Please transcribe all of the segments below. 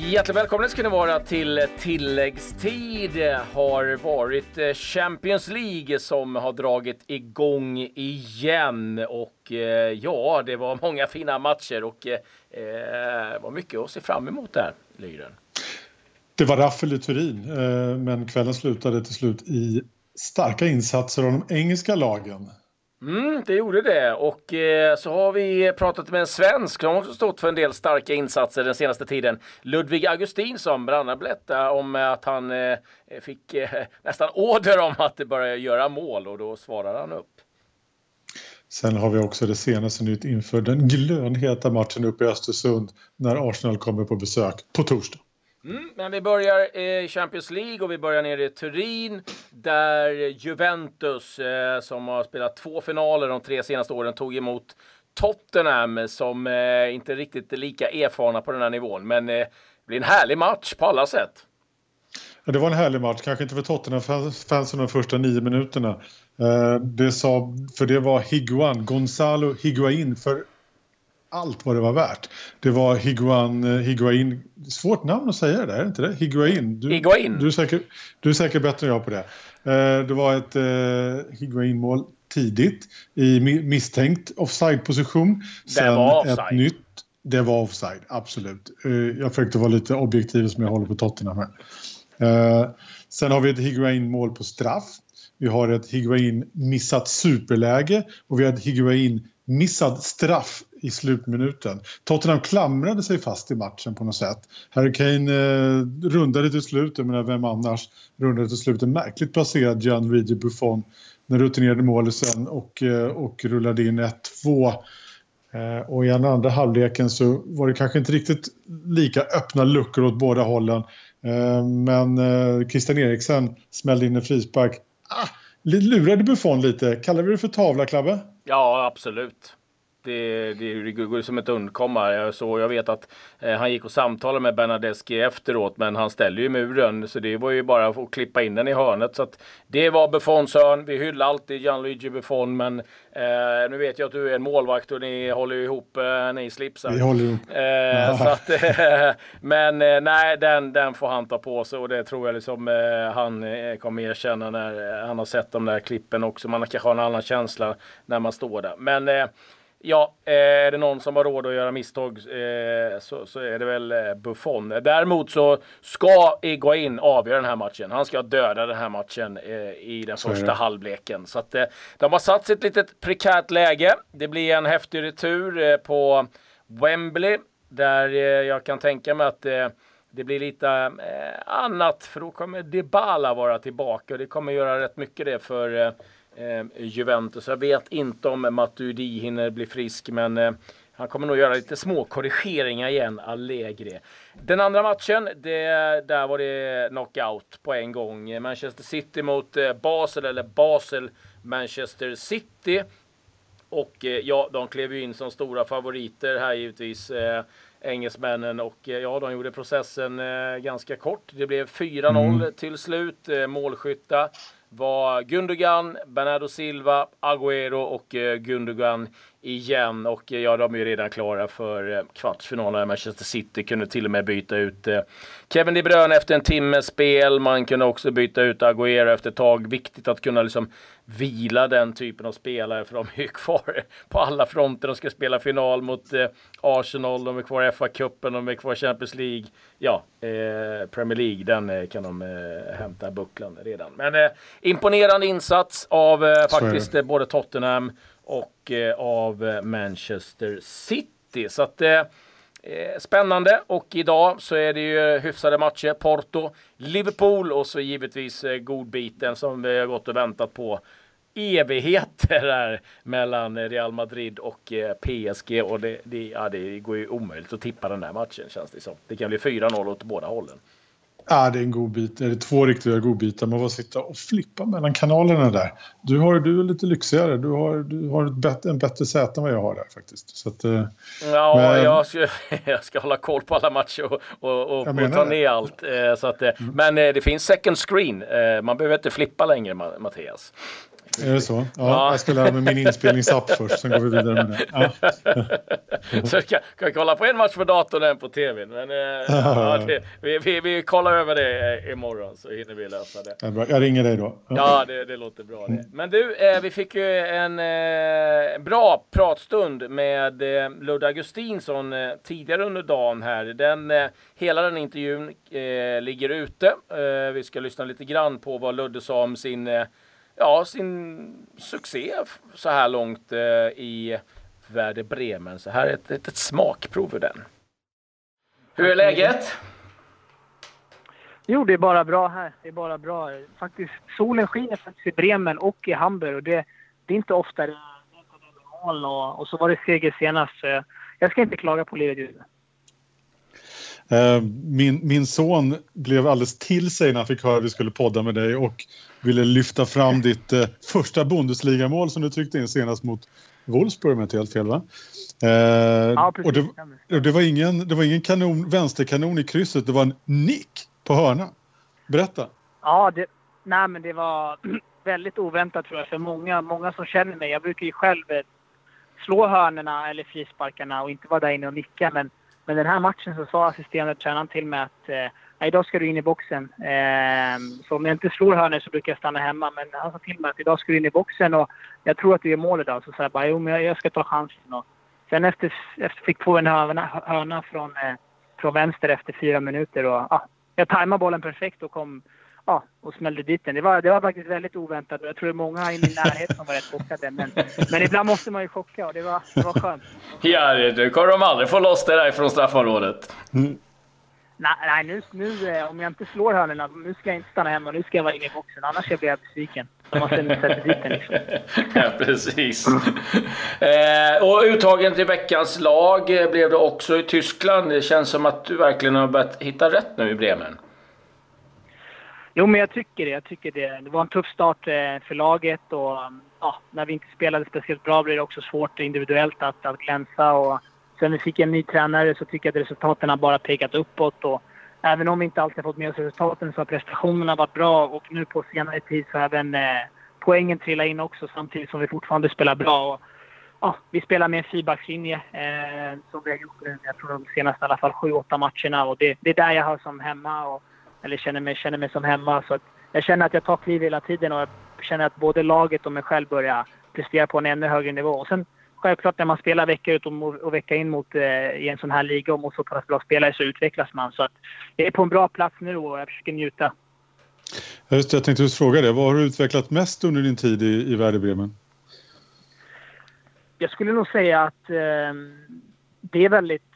Hjärtligt välkomna ska ni vara till tilläggstid. Det har varit Champions League som har dragit igång igen. Och ja, det var många fina matcher och det var mycket att se fram emot där, Lyren. Det var raffel i Turin, men kvällen slutade till slut i starka insatser av de engelska lagen. Det gjorde det, och så har vi pratat med en svensk som också stått för en del starka insatser den senaste tiden. Ludvig Augustinsson berättade om att han fick nästan order om att börja göra mål, och då svarade han upp. Sen har vi också det senaste nytt inför den glödheta matchen uppe i Östersund när Arsenal kommer på besök på torsdag. Men vi börjar i Champions League och vi börjar nere i Turin där Juventus som har spelat 2 finaler de 3 senaste åren tog emot Tottenham som inte riktigt är lika erfarna på den här nivån, men det blir en härlig match på alla sätt. Ja, det var en härlig match, kanske inte för Tottenham-fansen de första 9 minuterna. Det var Gonzalo Higuain för allt vad det var värt. Det var Higuain, svårt namn att säga det där, är inte det? Higuain. Du är säkert bättre än jag på det. Det var ett Higuain-mål tidigt i misstänkt offside-position. Det var offside. Det var offside, absolut. Jag försökte vara lite objektiv som jag håller på Tottenham här. Sen har vi ett Higuain-mål på straff. Vi har ett Higuain missat superläge och vi har ett Higuain missad straff i slutminuten. Tottenham klamrade sig fast i matchen på något sätt. Harry Kane rundade till slut, men vem annars rundade till slut en märkligt placerad Gianluigi Buffon när rutinerade målisen och rullade in 1-2. Och i den andra halvleken så var det kanske inte riktigt lika öppna luckor åt båda hållen. Men Christian Eriksen smällde in en frispark. Lurade Buffon lite. Kallar vi det för tavla, Klabbe? Ja, absolut. Det går som ett undkomma. Jag vet att han gick och samtalade med Bernadeschi efteråt, men han ställde ju muren, så det var ju bara att klippa in den i hörnet. Så att det var Buffons hörn. Vi hyllar alltid Gianluigi Buffon, men nu vet jag att du är en målvakt och ni håller ihop, ni slipsar. Vi håller ihop. Så att, men nej, den får han ta på sig, och det tror jag liksom han kommer erkänna när han har sett de där klippen också. Man kanske har en annan känsla när man står där. Men ja, är det någon som har råd att göra misstag så är det väl Buffon. Däremot så ska Higuain avgöra den här matchen. Han ska döda den här matchen i den första halvleken. Så att de har satt sig ett litet prekärt läge. Det blir en häftig retur på Wembley där jag kan tänka mig att det blir lite annat, för då kommer Dybala vara tillbaka, och det kommer göra rätt mycket det för Juventus. Jag vet inte om Matuidi hinner bli frisk, men han kommer nog göra lite små korrigeringar igen, Allegri. Den andra matchen, där var det knockout på en gång. Manchester City mot Basel Manchester City. Och ja, de klev ju in som stora favoriter här givetvis, engelsmännen, och ja, de gjorde processen ganska kort. Det blev 4-0 till slut. Målskytta var Gundogan, Bernardo Silva, Agüero och Gundogan igen. Och ja, de är ju redan klara för kvartsfinalen. Manchester City kunde till och med byta ut Kevin De Bruyne efter en timmes spel. Man kunde också byta ut Agüero efter ett tag. Viktigt att kunna liksom vila den typen av spelare, för de är ju kvar på alla fronter. De ska spela final mot Arsenal, de är kvar i FA-cupen, de är kvar i Champions League. Ja, Premier League, den kan de hämta bucklan redan. Men imponerande insats av faktiskt både Tottenham och av Manchester City. Så att spännande, och idag så är det ju hyfsade matcher. Porto, Liverpool och så givetvis godbiten som vi har gått och väntat på evigheter där mellan Real Madrid och PSG, och det går ju omöjligt att tippa den där matchen, känns det som. Det kan bli 4-0 åt båda hållen. Ja, det är en god bit. Det är 2 riktiga godbitar. Man får sitta och flippa mellan kanalerna där. Du är lite lyxigare. Du har en bättre sätt än vad jag har där faktiskt. Så att, ja, men jag ska hålla koll på alla matcher och ta ner allt. Så att, men det finns second screen. Man behöver inte flippa längre, Mattias. Är det så? Ja. Jag ska lära mig min inspelningsapp först, sen går vi vidare med det. Ja. Så kan kolla på en match på datorn och en på tvn. Men vi kollar över det imorgon så hinner vi lösa det. Ja, bra. Jag ringer dig då. Ja, det låter bra det. Men du, vi fick ju en bra pratstund med Ludde Augustinsson tidigare under dagen här. Hela den intervjun ligger ute. Vi ska lyssna lite grann på vad Ludde sa om sin succé så här långt i Werder Bremen. Så här är ett smakprov ur den. Hur är läget? Jo, det är bara bra här. Det är bara bra. Faktiskt, solen skiner faktiskt i Bremen och i Hamburg. Och det är inte ofta det är mål och så var det seger senast. Så jag ska inte klaga på livet just nu. Min son blev alldeles till sig när han fick höra att vi skulle podda med dig och ville lyfta fram ditt första Bundesliga-mål som du tryckte in senast mot Wolfsburg, med helt fel, va? Ja, precis. Och det var ingen vänsterkanon i krysset, det var en nick på hörna. Berätta. Ja, men det var väldigt oväntat, tror jag, för många som känner mig. Jag brukar ju själv slå hörnorna eller frisparkarna och inte vara där inne och nicka, men den här matchen så sa assisterande tränaren till mig att idag ska du in i boxen. Så om jag inte slår hörnor så brukar jag stanna hemma. Men han sa till mig att idag ska du in i boxen och jag tror att du gör mål idag. Så sa jag bara, jo men jag ska ta chansen. Och sen efter fick på en hörna från vänster efter 4 minuter. Och jag tajmade bollen perfekt och kom och smällde dit den. Det var faktiskt väldigt oväntat. Jag tror det är många i min närhet som var rätt chockade. Men ibland måste man ju chocka och det var skönt. Ja, du kommer de aldrig få loss det där från straffområdet. Nej, nu om jag inte slår hörnorna, nu ska jag inte stanna hemma. Nu ska jag vara inne i boxen, annars blir jag besviken. De har sen sett dit den liksom. Ja, precis. Och uttagen till veckans lag blev det också i Tyskland. Det känns som att du verkligen har börjat hitta rätt nu i Bremen. Jo, men jag tycker det. Det var en tuff start för laget och när vi inte spelade speciellt bra blev det också svårt individuellt att glänsa. Och sen vi fick en ny tränare så tycker jag att resultaten har bara pekat uppåt. Och även om vi inte alltid har fått med oss resultaten så har prestationerna varit bra. Och nu på senare tid så har även poängen trillat in också samtidigt som vi fortfarande spelar bra. Och, vi spelar med en fyrbackslinje som vi har gjort nu, jag tror de senaste i alla fall 7-8 matcherna. Och det är där jag har som hemma. Eller känner mig som hemma. Så att jag känner att jag tar kliv hela tiden och jag känner att både laget och mig själv börjar prestera på en ännu högre nivå. Och sen självklart när man spelar vecka ut och vecka in mot i en sån här liga och mot så pass bra spelare så utvecklas man. Så att jag är på en bra plats nu och jag försöker njuta. Just det, jag tänkte just fråga det. Vad har du utvecklat mest under din tid i Werder Bremen? Jag skulle nog säga att det är väldigt...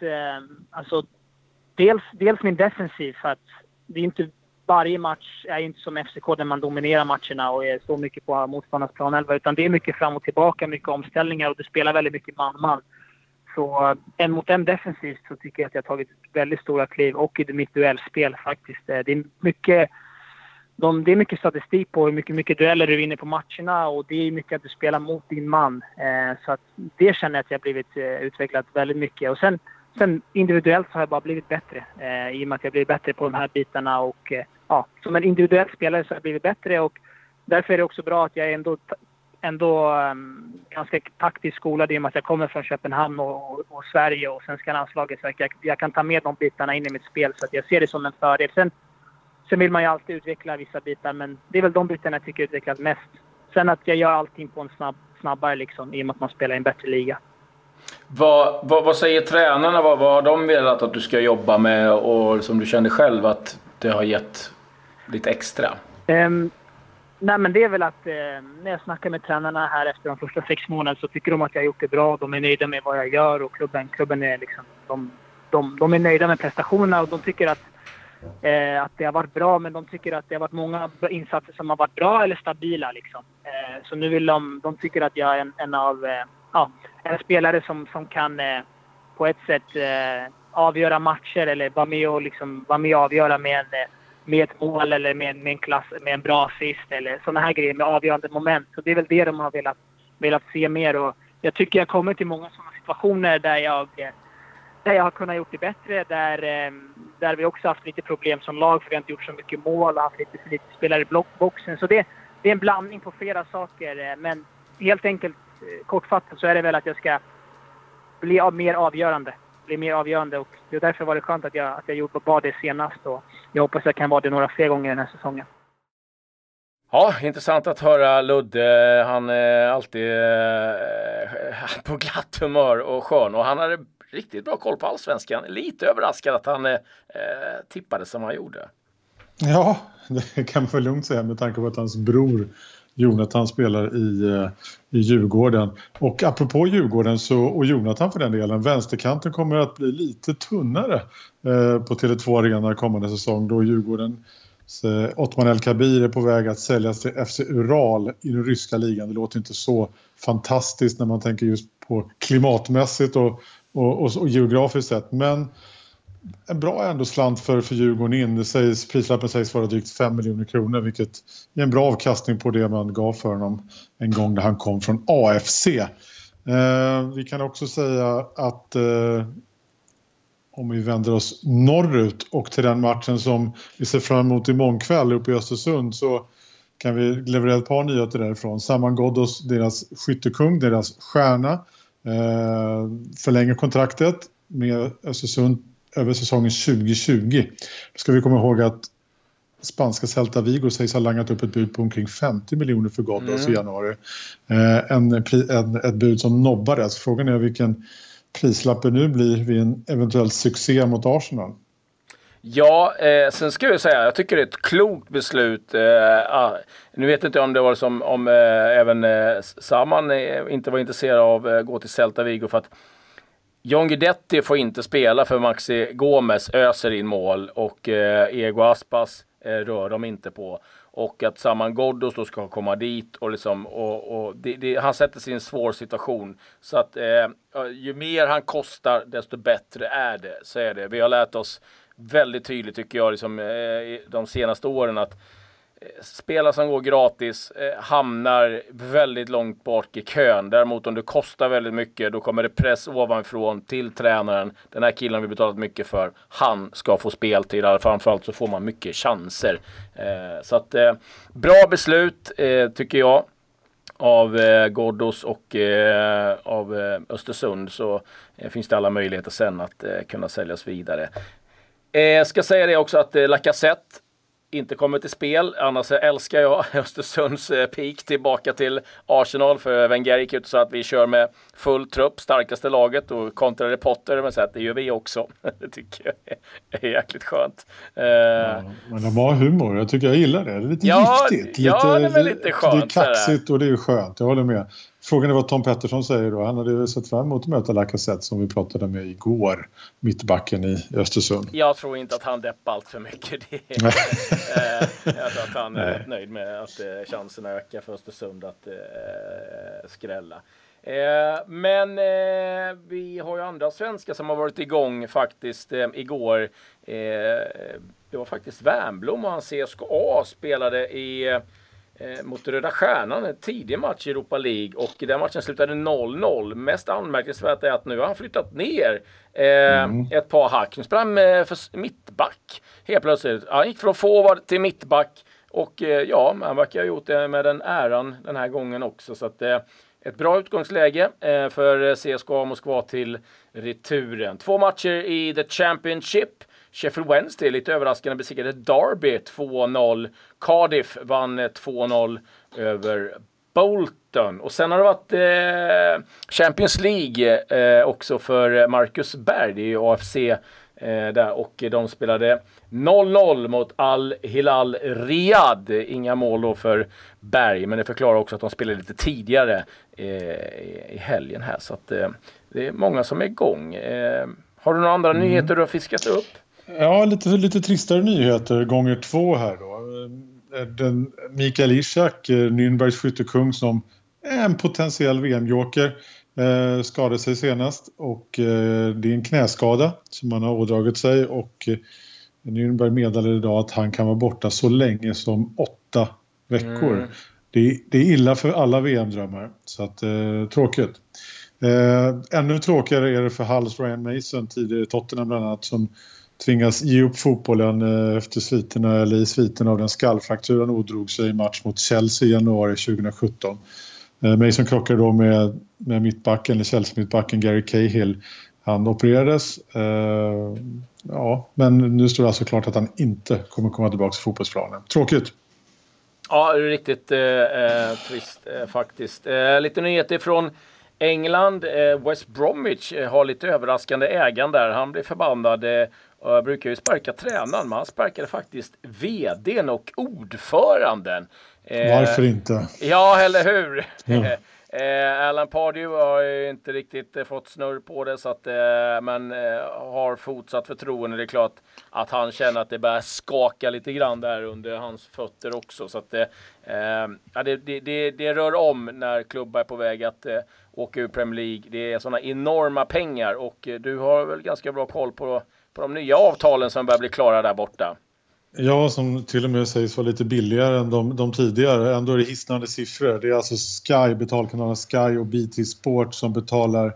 dels min defensiv, för att det är inte varje match är inte som FCK där man dominerar matcherna och är så mycket på motståndarnas planelva, utan det är mycket fram och tillbaka, mycket omställningar och du spelar väldigt mycket man-man. Så en mot en defensivt så tycker jag att jag har tagit väldigt stora kliv och i mitt duellspel faktiskt. Det är mycket statistik på hur mycket dueller du vinner på matcherna och det är mycket att du spelar mot din man. Så att det känner jag att jag har blivit utvecklat väldigt mycket. Och sen individuellt så har jag bara blivit bättre i och med att jag blivit bättre på de här bitarna och som en individuell spelare så har jag blivit bättre och därför är det också bra att jag är ändå ganska taktiskt skolad i och med att jag kommer från Köpenhamn och Sverige och svenska landslaget så att jag kan ta med de bitarna in i mitt spel så att jag ser det som en fördel. Sen vill man ju alltid utveckla vissa bitar men det är väl de bitarna jag tycker utvecklas mest. Sen att jag gör allting på en snabbare liksom i och med att man spelar i en bättre liga. Vad säger tränarna? Vad har de velat att du ska jobba med och som du kände själv att det har gett lite extra? Nej men det är väl att när jag snackar med tränarna här efter de första 6 månaderna så tycker de att jag har gjort det bra. De är nöjda med vad jag gör och klubben är liksom de är nöjda med prestationerna och de tycker att det har varit bra, men de tycker att det har varit många insatser som har varit bra eller stabila liksom. Så nu vill de tycker att jag är en spelare som kan på ett sätt avgöra matcher eller vara med och avgöra med ett mål eller med en klass, med en bra assist eller sådana här grejer med avgörande moment. Så det är väl det de har velat se mer och jag tycker jag kommer till många sådana situationer där jag har kunnat gjort det bättre, där vi också haft lite problem som lag för vi har inte gjort så mycket mål och haft lite för lite spelare i boxen. Så det det är en blandning på flera saker. Men helt enkelt, kortfattat, så är det väl att jag ska bli mer avgörande. Och det är därför var det skönt att jag gjorde bara det senast. Och jag hoppas jag kan vara det några fler gånger den här säsongen. Ja, intressant att höra Ludde. Han är alltid på glatt humör och skön. Och han hade riktigt bra koll på allsvenskan. Lite överraskad att han tippade som han gjorde. Ja, det kan man väl lugnt säga med tanke på att hans bror Jonathan spelar i Djurgården. Och apropå Djurgården och Jonathan för den delen, vänsterkanten kommer att bli lite tunnare på Tele2 Arena kommande säsong, då Djurgården Otman El Kabir är på väg att säljas till FC Ural i den ryska ligan. Det låter inte så fantastiskt när man tänker just på klimatmässigt och geografiskt sett, men en bra ändå slant för Djurgården in. Prislappen sägs vara drygt 5 miljoner kronor, vilket är en bra avkastning på det man gav för honom en gång när han kom från AFC. Vi kan också säga att om vi vänder oss norrut och till den matchen som vi ser fram emot imorgon kväll uppe i Östersund, så kan vi leverera ett par nyheter därifrån. Saman Ghoddos, deras skyttekung, deras stjärna, förlänger kontraktet med Östersund över säsongen 2020. Då ska vi komma ihåg att spanska Celta Vigo sägs ha langat upp ett bud på omkring 50 miljoner för Ghoddos i januari. Ett bud som nobbades. Frågan är vilken prislappen nu blir vid en eventuell succé mot Arsenal. Ja, sen ska jag säga, jag tycker det är ett klokt beslut. Nu vet inte om det var som om även Saman inte var intresserad av att gå till Celta Vigo, för att John Guidetti får inte spela för Maxi Gomez öser in mål och Ego Aspas rör de inte på. Och att Saman Ghoddos då ska komma dit och liksom, han sätter sig i en svår situation. Så att ju mer han kostar desto bättre är det. Så är det. Vi har lärt oss väldigt tydligt, tycker jag, liksom, de senaste åren att spelare som går gratis hamnar väldigt långt bort i kön. Däremot om det kostar väldigt mycket, då kommer det press ovanifrån till tränaren. Den här killen vi betalat mycket för, han ska få speltid. Framförallt så får man mycket chanser. Så att bra beslut tycker jag av Ghoddos och av Östersund, så finns det alla möjligheter sen att kunna säljas vidare. Ska säga det också att Lacazette inte kommer till spel. Annars älskar jag Östersunds peak tillbaka till Arsenal, för Wenger gick ut så att vi kör med full trupp, starkaste laget, och kontrade Potter, men så att det gör vi också. Det tycker jag är jäkligt skönt. Ja, men de har humor, jag tycker jag gillar det. Det är lite giftigt. Ja, det är lite skönt. Det är kaxigt och det är skönt, jag håller med. Frågan är vad Tom Pettersson säger då. Han hade sett fram emot att möta Lacazette som vi pratade med igår, mittbacken i Östersund. Jag tror inte att han deppar allt för mycket. Jag tror att han är nöjd med att chanserna ökar för Östersund att skrälla. Men vi har ju andra svenskar som har varit igång faktiskt igår. Det var faktiskt Wernbloom och han CSKA spelade mot Röda Stjärnan, en tidig match i Europa League, och den matchen slutade 0-0. Mest anmärkningsvärt är att nu har han flyttat ner ett par hack. Nu spelar han för mittback helt plötsligt. Han gick från forward till mittback, och han verkar ha gjort det med den äran den här gången också. Så att ett bra utgångsläge för CSKA Moskva till returen. 2 matcher i The Championship. Sheffield Wednesday lite överraskande besegrade Derby 2-0. Cardiff vann 2-0 över Bolton. Och sen har det varit Champions League också för Marcus Berg. Det är ju AFC där, och de spelade 0-0 mot Al-Hilal Riyadh. Inga mål då för Berg, men det förklarar också att de spelade lite tidigare i helgen här. Så att det är många som är igång. Har du några andra nyheter du har fiskat upp? Ja, lite tristare nyheter gånger 2 här då. Mikael Ishak, Nürnbergs skyttekung, som är en potentiell VM-joker, skadade sig senast, och det är en knäskada som han har ådragit sig, och Nürnberg meddelade idag att han kan vara borta så länge som 8 veckor. Det är illa för alla VM-drömmar, så att tråkigt. Ännu tråkigare är det för Hulls Ryan Mason, tidigare Tottenham bland annat, som tvingas ge upp fotbollen efter i sviterna av den skallfrakturen ådrog sig i match mot Chelsea i januari 2017. Mason krockade då med mittbacken, eller Chelsea-mittbacken Gary Cahill. Han opererades. Men nu står det alltså klart att han inte kommer komma tillbaka till fotbollsplanen. Tråkigt. Ja, riktigt trist faktiskt. Lite nyheter från England. West Bromwich har lite överraskande ägande där. Han blir förbannad. Brukar ju sparka tränaren, men han sparkade faktiskt vdn och ordföranden. Varför inte? Ja, eller hur? Ja. Alan Pardew har ju inte riktigt fått snurr på det, så att, men har fortsatt förtroende. Det är klart att han känner att det börjar skaka lite grann där under hans fötter också. Så att, det rör om när klubbar är på väg att åka ur Premier League. Det är sådana enorma pengar, och du har väl ganska bra koll på de nya avtalen som börjar bli klara där borta. Ja, som till och med sägs vara lite billigare än de tidigare. Ändå är det hisnande siffror. Det är alltså betalkanalen Sky och BT Sport som betalar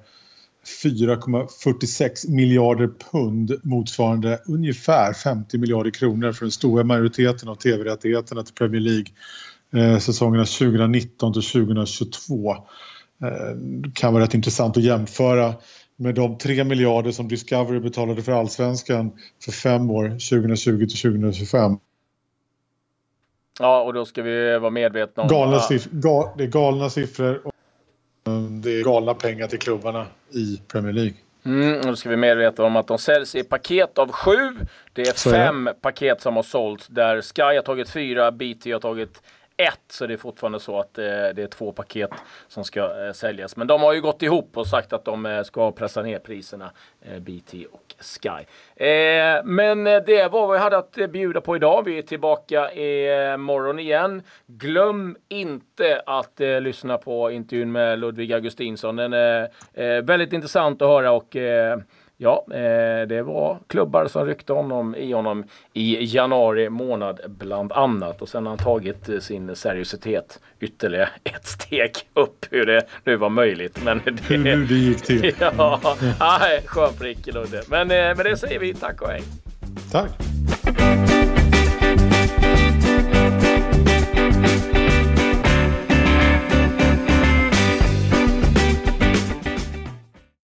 4,46 miljarder pund, motsvarande ungefär 50 miljarder kronor för den stora majoriteten av tv-rättigheterna till Premier League säsongerna 2019 till 2022. Det kan vara rätt intressant att jämföra med de 3 miljarder som Discovery betalade för Allsvenskan för 5 år, 2020 till 2025. Ja, och då ska vi vara medvetna om... Det är galna siffror, och det är galna pengar till klubbarna i Premier League. Och då ska vi medvetna om att de säljs i paket av 7. Det är 5 paket som har sålts, där Sky har tagit 4, BT har tagit 1, så det är fortfarande så att det är 2 paket som ska säljas. Men de har ju gått ihop och sagt att de ska pressa ner priserna, BT och Sky. Men det var vad vi hade att bjuda på idag. Vi är tillbaka morgon igen. Glöm inte att lyssna på intervjun med Ludvig Augustinsson. Den är väldigt intressant att höra, och det var klubbar som ryckte honom i januari månad bland annat. Och sen har han tagit sin seriositet ytterligare ett steg upp, hur det nu var möjligt. Men hur det gick till. skön prick, Ludde. Men med det säger vi tack och hej. Tack.